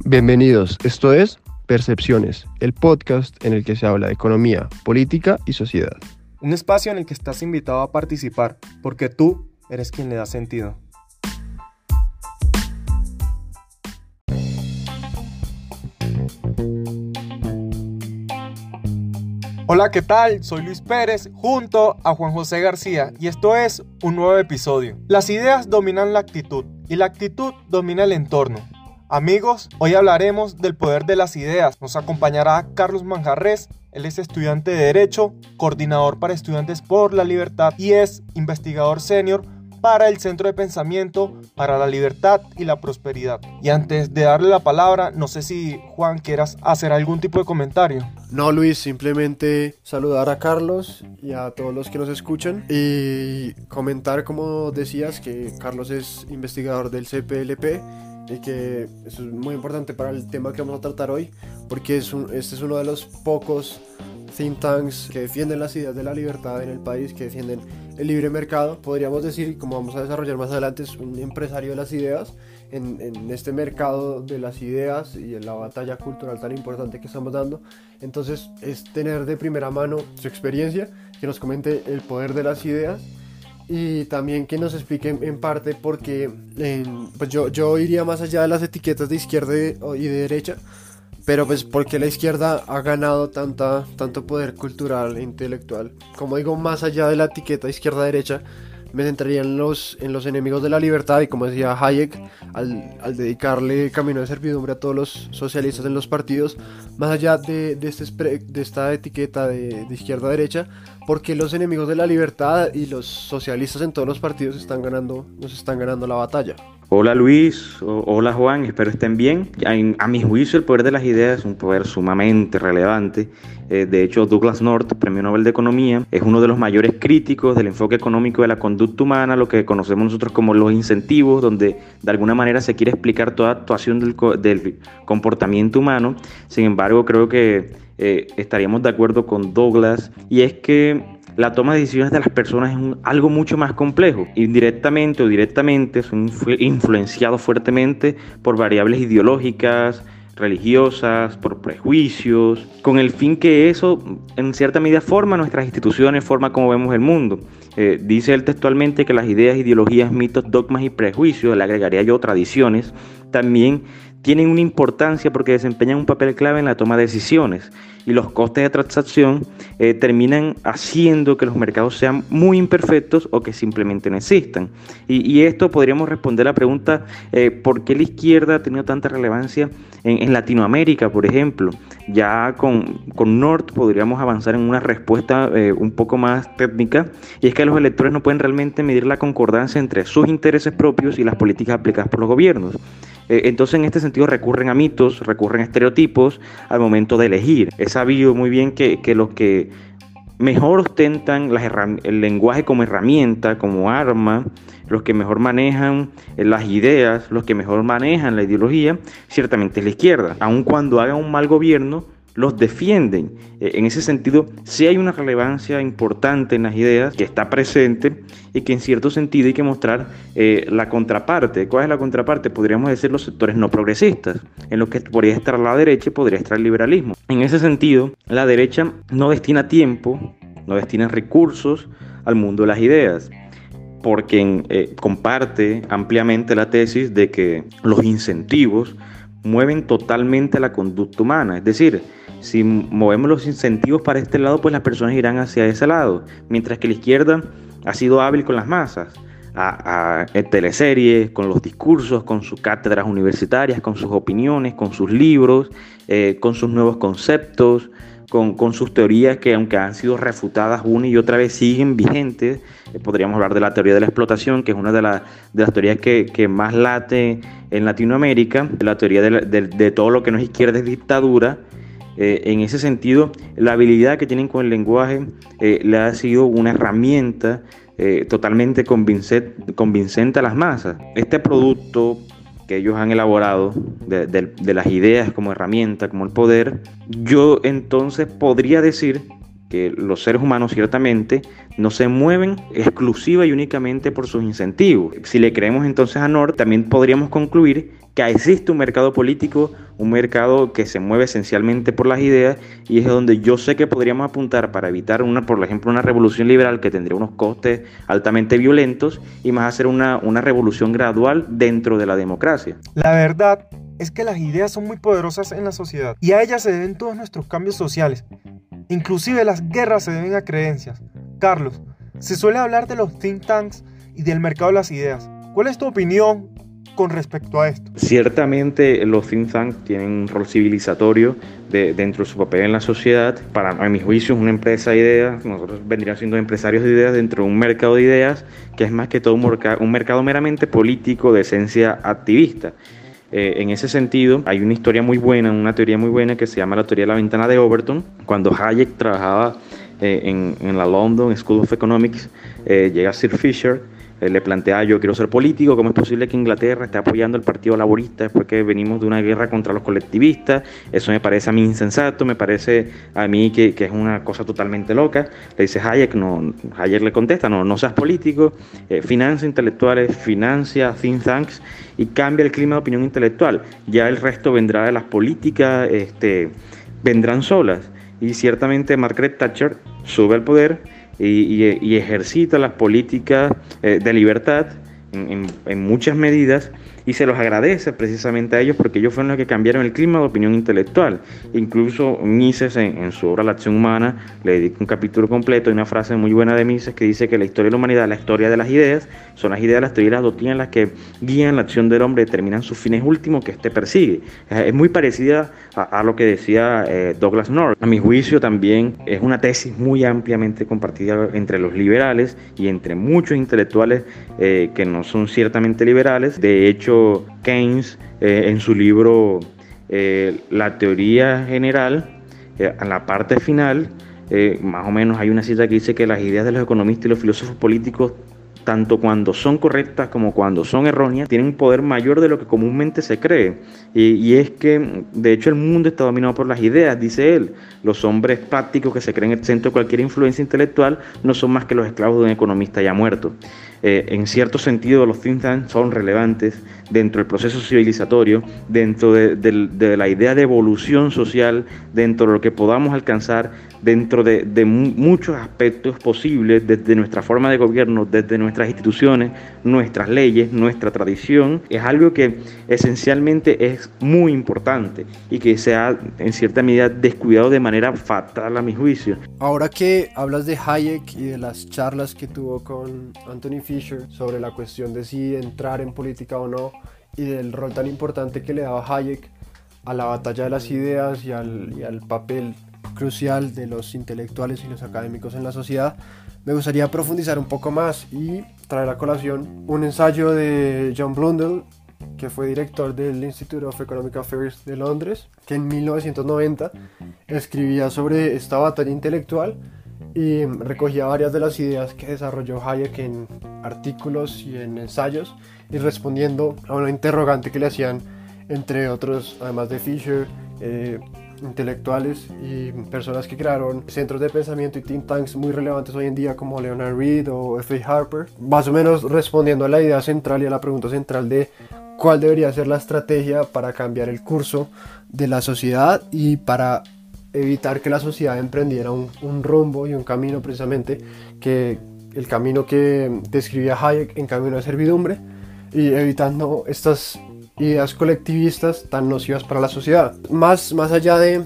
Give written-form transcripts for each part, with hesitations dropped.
Bienvenidos, esto es Percepciones, el podcast en el que se habla de economía, política y sociedad. Un espacio en el que estás invitado a participar, porque tú eres quien le da sentido. Hola, ¿qué tal? Soy Luis Pérez junto a Juan José García y esto es un nuevo episodio. Las ideas dominan la actitud y la actitud domina el entorno. Amigos, hoy hablaremos del poder de las ideas. Nos acompañará Carlos Manjarrés. Él es estudiante de Derecho, coordinador para Estudiantes por la Libertad y es investigador senior para el Centro de Pensamiento para la Libertad y la Prosperidad. Y antes de darle la palabra, no sé si Juan quieras hacer algún tipo de comentario. No, Luis, simplemente saludar a Carlos y a todos los que nos escuchan y comentar, como decías, que Carlos es investigador del CPLP y que eso es muy importante para el tema que vamos a tratar hoy, porque este es uno de los pocos think tanks que defienden las ideas de la libertad en el país, que defienden el libre mercado. Podríamos decir, como vamos a desarrollar más adelante, es un empresario de las ideas en este mercado de las ideas y en la batalla cultural tan importante que estamos dando. Entonces es tener de primera mano su experiencia, que nos comente el poder de las ideas y también que nos explique en parte por qué, pues yo iría más allá de las etiquetas de izquierda y de derecha, pero pues porque la izquierda ha ganado tanto poder cultural e intelectual. Como digo, más allá de la etiqueta izquierda-derecha, me centraría en los enemigos de la libertad, y como decía Hayek, al dedicarle camino de servidumbre a todos los socialistas en los partidos, más allá de esta etiqueta de izquierda-derecha, porque los enemigos de la libertad y los socialistas en todos los partidos nos están ganando la batalla. Hola Luis, hola Juan, espero estén bien. A mi juicio el poder de las ideas es un poder sumamente relevante. De hecho, Douglas North, Premio Nobel de Economía, es uno de los mayores críticos del enfoque económico de la conducta humana, lo que conocemos nosotros como los incentivos, donde de alguna manera se quiere explicar toda actuación del comportamiento humano. Sin embargo, creo que estaríamos de acuerdo con Douglas, y es que la toma de decisiones de las personas es algo mucho más complejo. Indirectamente o directamente son influenciados fuertemente por variables ideológicas, religiosas, por prejuicios, con el fin que eso en cierta medida forma nuestras instituciones, forma como vemos el mundo. Dice él textualmente que las ideas, ideologías, mitos, dogmas y prejuicios, le agregaría yo tradiciones, también tienen una importancia porque desempeñan un papel clave en la toma de decisiones, y los costes de transacción terminan haciendo que los mercados sean muy imperfectos o que simplemente no existan. Y esto podríamos responder la pregunta ¿por qué la izquierda ha tenido tanta relevancia en Latinoamérica, por ejemplo? Ya con North podríamos avanzar en una respuesta un poco más técnica, y es que los electores no pueden realmente medir la concordancia entre sus intereses propios y las políticas aplicadas por los gobiernos. Entonces, en este sentido, recurren a mitos, recurren a estereotipos al momento de elegir. Es sabido muy bien que los que mejor ostentan el lenguaje como herramienta, como arma, los que mejor manejan las ideas, los que mejor manejan la ideología, ciertamente es la izquierda. Aun cuando hagan un mal gobierno, los defienden. En ese sentido, sí hay una relevancia importante en las ideas que está presente y que en cierto sentido hay que mostrar la contraparte. ¿Cuál es la contraparte? Podríamos decir los sectores no progresistas, en los que podría estar la derecha y podría estar el liberalismo. En ese sentido, la derecha no destina tiempo, no destina recursos al mundo de las ideas, porque comparte ampliamente la tesis de que los incentivos mueven totalmente la conducta humana. Es decir, si movemos los incentivos para este lado, pues las personas irán hacia ese lado, mientras que la izquierda ha sido hábil con las masas, en teleseries, con los discursos, con sus cátedras universitarias, con sus opiniones, con sus libros, con sus nuevos conceptos, con sus teorías que, aunque han sido refutadas una y otra vez, siguen vigentes. Podríamos hablar de la teoría de la explotación, que es una de las teorías que más late en Latinoamérica, la teoría de todo lo que no es izquierda es dictadura. En ese sentido, la habilidad que tienen con el lenguaje le ha sido una herramienta totalmente convincente a las masas. Este producto que ellos han elaborado de las ideas como herramienta, como el poder, yo entonces podría decir que los seres humanos ciertamente no se mueven exclusiva y únicamente por sus incentivos. Si le creemos entonces a North, también podríamos concluir que existe un mercado político, un mercado que se mueve esencialmente por las ideas, y es donde yo sé que podríamos apuntar para evitar, por ejemplo, una revolución liberal que tendría unos costes altamente violentos, y más hacer una revolución gradual dentro de la democracia. La verdad es que las ideas son muy poderosas en la sociedad y a ellas se deben todos nuestros cambios sociales. Inclusive las guerras se deben a creencias. Carlos, se suele hablar de los think tanks y del mercado de las ideas. ¿Cuál es tu opinión con respecto a esto? Ciertamente los think tanks tienen un rol civilizatorio dentro de su papel en la sociedad. A mi juicio es una empresa de ideas. Nosotros vendríamos siendo empresarios de ideas dentro de un mercado de ideas que es más que todo un mercado meramente político de esencia activista. En ese sentido, hay una historia muy buena, una teoría muy buena que se llama la teoría de la ventana de Overton. Cuando Hayek trabajaba en la London School of Economics, llega Sir Fisher, le plantea: yo quiero ser político, ¿cómo es posible que Inglaterra esté apoyando al Partido Laborista después que venimos de una guerra contra los colectivistas? Eso me parece a mí insensato, me parece a mí que es una cosa totalmente loca. Le dice Hayek, Hayek le contesta: no seas político, financia intelectuales, financia think tanks y cambia el clima de opinión intelectual. Ya el resto vendrá de las políticas, vendrán solas. Y ciertamente Margaret Thatcher sube al poder y ejercita las políticas de libertad en muchas medidas, y se los agradece precisamente a ellos porque ellos fueron los que cambiaron el clima de opinión intelectual. Incluso Mises en su obra La acción humana le dedica un capítulo completo. Hay una frase muy buena de Mises que dice que la historia de la humanidad es la historia de las ideas, son las ideas, las teorías, las doctrinas las que guían la acción del hombre, determinan sus fines últimos que éste persigue. Es muy parecida a lo que decía Douglas North. A mi juicio también es una tesis muy ampliamente compartida entre los liberales y entre muchos intelectuales que no son ciertamente liberales. De hecho, Keynes, en su libro La teoría general, en la parte final, más o menos hay una cita que dice que las ideas de los economistas y los filósofos políticos, tanto cuando son correctas como cuando son erróneas, tienen un poder mayor de lo que comúnmente se cree. Y es que, de hecho, el mundo está dominado por las ideas, dice él. Los hombres prácticos que se creen exentos de cualquier influencia intelectual no son más que los esclavos de un economista ya muerto. En cierto sentido, los think tanks son relevantes dentro del proceso civilizatorio, dentro de la idea de evolución social, dentro de lo que podamos alcanzar, dentro de muchos aspectos posibles, desde nuestra forma de gobierno, desde nuestras instituciones, nuestras leyes, nuestra tradición. Es algo que esencialmente es muy importante y que se ha en cierta medida descuidado de manera fatal a mi juicio. Ahora que hablas de Hayek y de las charlas que tuvo con Anthony Fisher sobre la cuestión de si entrar en política o no, y del rol tan importante que le daba Hayek a la batalla de las ideas y al papel crucial de los intelectuales y los académicos en la sociedad, me gustaría profundizar un poco más y traer a colación un ensayo de John Blundell, que fue director del Institute of Economic Affairs de Londres, que en 1990 escribía sobre esta batalla intelectual y recogía varias de las ideas que desarrolló Hayek en artículos y en ensayos, y respondiendo a una interrogante que le hacían, entre otros, además de Fisher, intelectuales y personas que crearon centros de pensamiento y think tanks muy relevantes hoy en día como Leonard Read o F.A. Harper, más o menos respondiendo a la idea central y a la pregunta central de cuál debería ser la estrategia para cambiar el curso de la sociedad y para evitar que la sociedad emprendiera un rumbo y un camino, precisamente que el camino que describía Hayek en camino de servidumbre, y evitando estas ideas colectivistas tan nocivas para la sociedad. Más allá de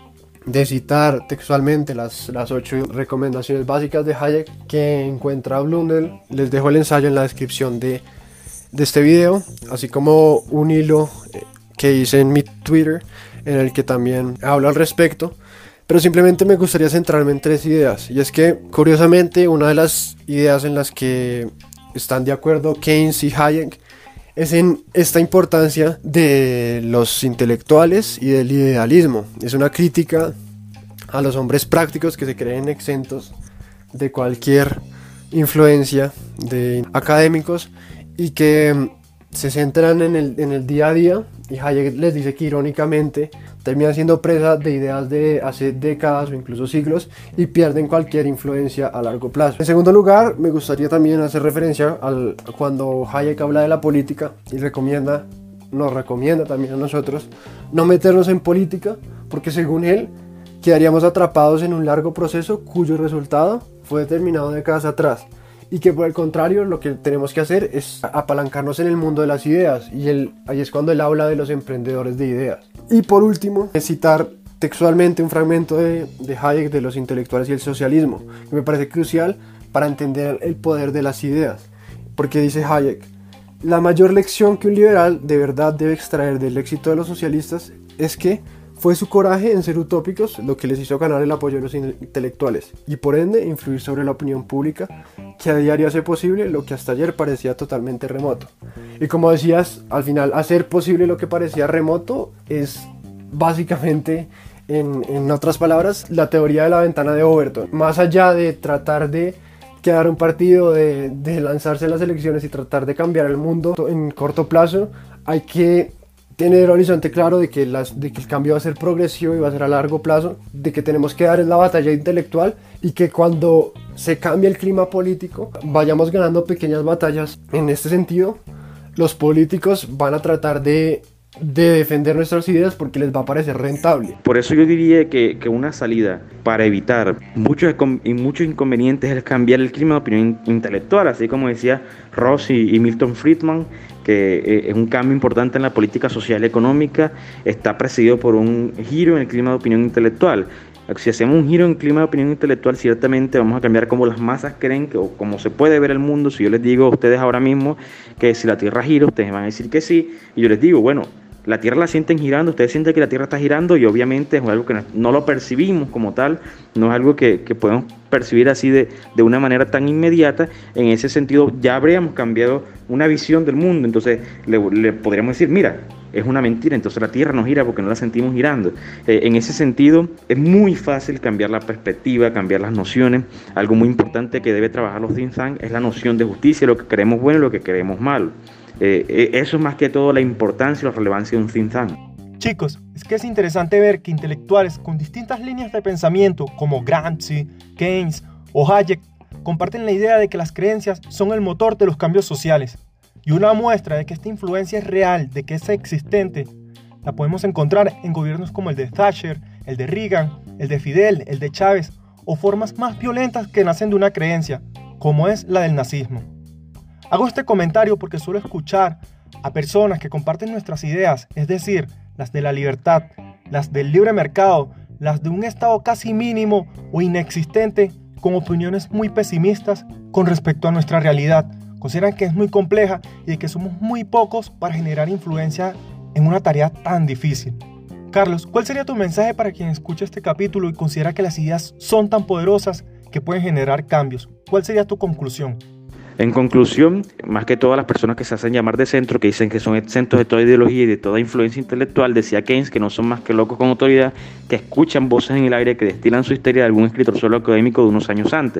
citar textualmente las 8 recomendaciones básicas de Hayek que encuentra Blundell, les dejo el ensayo en la descripción de este video, así como un hilo que hice en mi Twitter en el que también hablo al respecto. Pero simplemente me gustaría centrarme en 3 ideas, y es que, curiosamente, una de las ideas en las que están de acuerdo Keynes y Hayek es en esta importancia de los intelectuales y del idealismo. Es una crítica a los hombres prácticos que se creen exentos de cualquier influencia de académicos y que se centran en el día a día, y Hayek les dice que irónicamente terminan siendo presa de ideas de hace décadas o incluso siglos y pierden cualquier influencia a largo plazo. En segundo lugar, me gustaría también hacer referencia cuando Hayek habla de la política y nos recomienda también a nosotros no meternos en política, porque según él quedaríamos atrapados en un largo proceso cuyo resultado fue determinado décadas atrás, y que por el contrario lo que tenemos que hacer es apalancarnos en el mundo de las ideas, y ahí es cuando él habla de los emprendedores de ideas. Y por último, citar textualmente un fragmento de Hayek de Los intelectuales y el socialismo, que me parece crucial para entender el poder de las ideas, porque dice Hayek: la mayor lección que un liberal de verdad debe extraer del éxito de los socialistas es que fue su coraje en ser utópicos lo que les hizo ganar el apoyo de los intelectuales y por ende influir sobre la opinión pública, que a diario hace posible lo que hasta ayer parecía totalmente remoto. Y como decías, al final hacer posible lo que parecía remoto es básicamente, en otras palabras, la teoría de la ventana de Overton. Más allá de tratar de quedar un partido, de lanzarse a las elecciones y tratar de cambiar el mundo en corto plazo, hay que tener el horizonte claro de que el cambio va a ser progresivo y va a ser a largo plazo, de que tenemos que dar en la batalla intelectual y que cuando se cambie el clima político vayamos ganando pequeñas batallas. En este sentido, los políticos van a tratar de defender nuestras ideas porque les va a parecer rentable. Por eso yo diría que una salida para evitar muchos inconvenientes es cambiar el clima de opinión intelectual, así como decía Ross y Milton Friedman, que es un cambio importante en la política social y económica, está precedido por un giro en el clima de opinión intelectual. Si hacemos un giro en el clima de opinión intelectual, ciertamente vamos a cambiar cómo las masas creen o cómo se puede ver el mundo. Si yo les digo a ustedes ahora mismo que si la Tierra gira, ustedes van a decir que sí, y yo les digo, bueno, la Tierra la sienten girando, ustedes sienten que la Tierra está girando, y obviamente es algo que no lo percibimos como tal, no es algo que podemos percibir así de una manera tan inmediata. En ese sentido ya habríamos cambiado una visión del mundo. Entonces le podríamos decir, mira, es una mentira, entonces la Tierra no gira porque no la sentimos girando. En ese sentido es muy fácil cambiar la perspectiva, cambiar las nociones. Algo muy importante que debe trabajar los think tanks es la noción de justicia, lo que queremos bueno y lo que queremos malo. Eso es más que todo la importancia y la relevancia de un think tank. Chicos, es que es interesante ver que intelectuales con distintas líneas de pensamiento como Gramsci, Keynes o Hayek comparten la idea de que las creencias son el motor de los cambios sociales. Y una muestra de que esta influencia es real, de que es existente, la podemos encontrar en gobiernos como el de Thatcher, el de Reagan, el de Fidel, el de Chávez, o formas más violentas que nacen de una creencia, como es la del nazismo. Hago este comentario porque suelo escuchar a personas que comparten nuestras ideas, es decir, las de la libertad, las del libre mercado, las de un estado casi mínimo o inexistente, con opiniones muy pesimistas con respecto a nuestra realidad. Consideran que es muy compleja y de que somos muy pocos para generar influencia en una tarea tan difícil. Carlos, ¿cuál sería tu mensaje para quien escucha este capítulo y considera que las ideas son tan poderosas que pueden generar cambios? ¿Cuál sería tu conclusión? En conclusión, más que todas las personas que se hacen llamar de centro, que dicen que son exentos de toda ideología y de toda influencia intelectual, decía Keynes que no son más que locos con autoridad, que escuchan voces en el aire que destilan su histeria de algún escritor solo académico de unos años antes.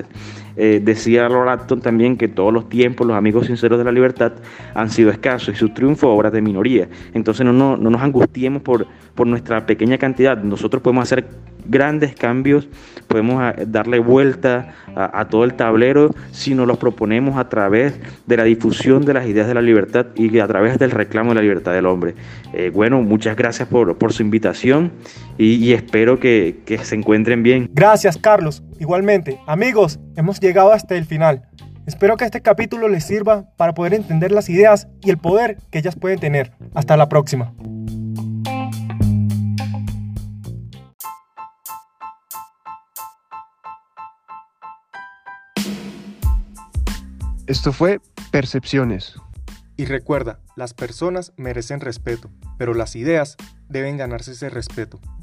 Decía Lord Acton también que todos los tiempos los amigos sinceros de la libertad han sido escasos y su triunfo obras de minoría. Entonces no nos angustiemos por nuestra pequeña cantidad. Nosotros podemos hacer grandes cambios, podemos darle vuelta a todo el tablero si nos los proponemos a través de la difusión de las ideas de la libertad y a través del reclamo de la libertad del hombre. Bueno, muchas gracias por su invitación y espero que se encuentren bien. Gracias, Carlos. Igualmente, amigos, hemos llegado hasta el final. Espero que este capítulo les sirva para poder entender las ideas y el poder que ellas pueden tener. Hasta la próxima. Esto fue Percepciones. Y recuerda, las personas merecen respeto, pero las ideas deben ganarse ese respeto.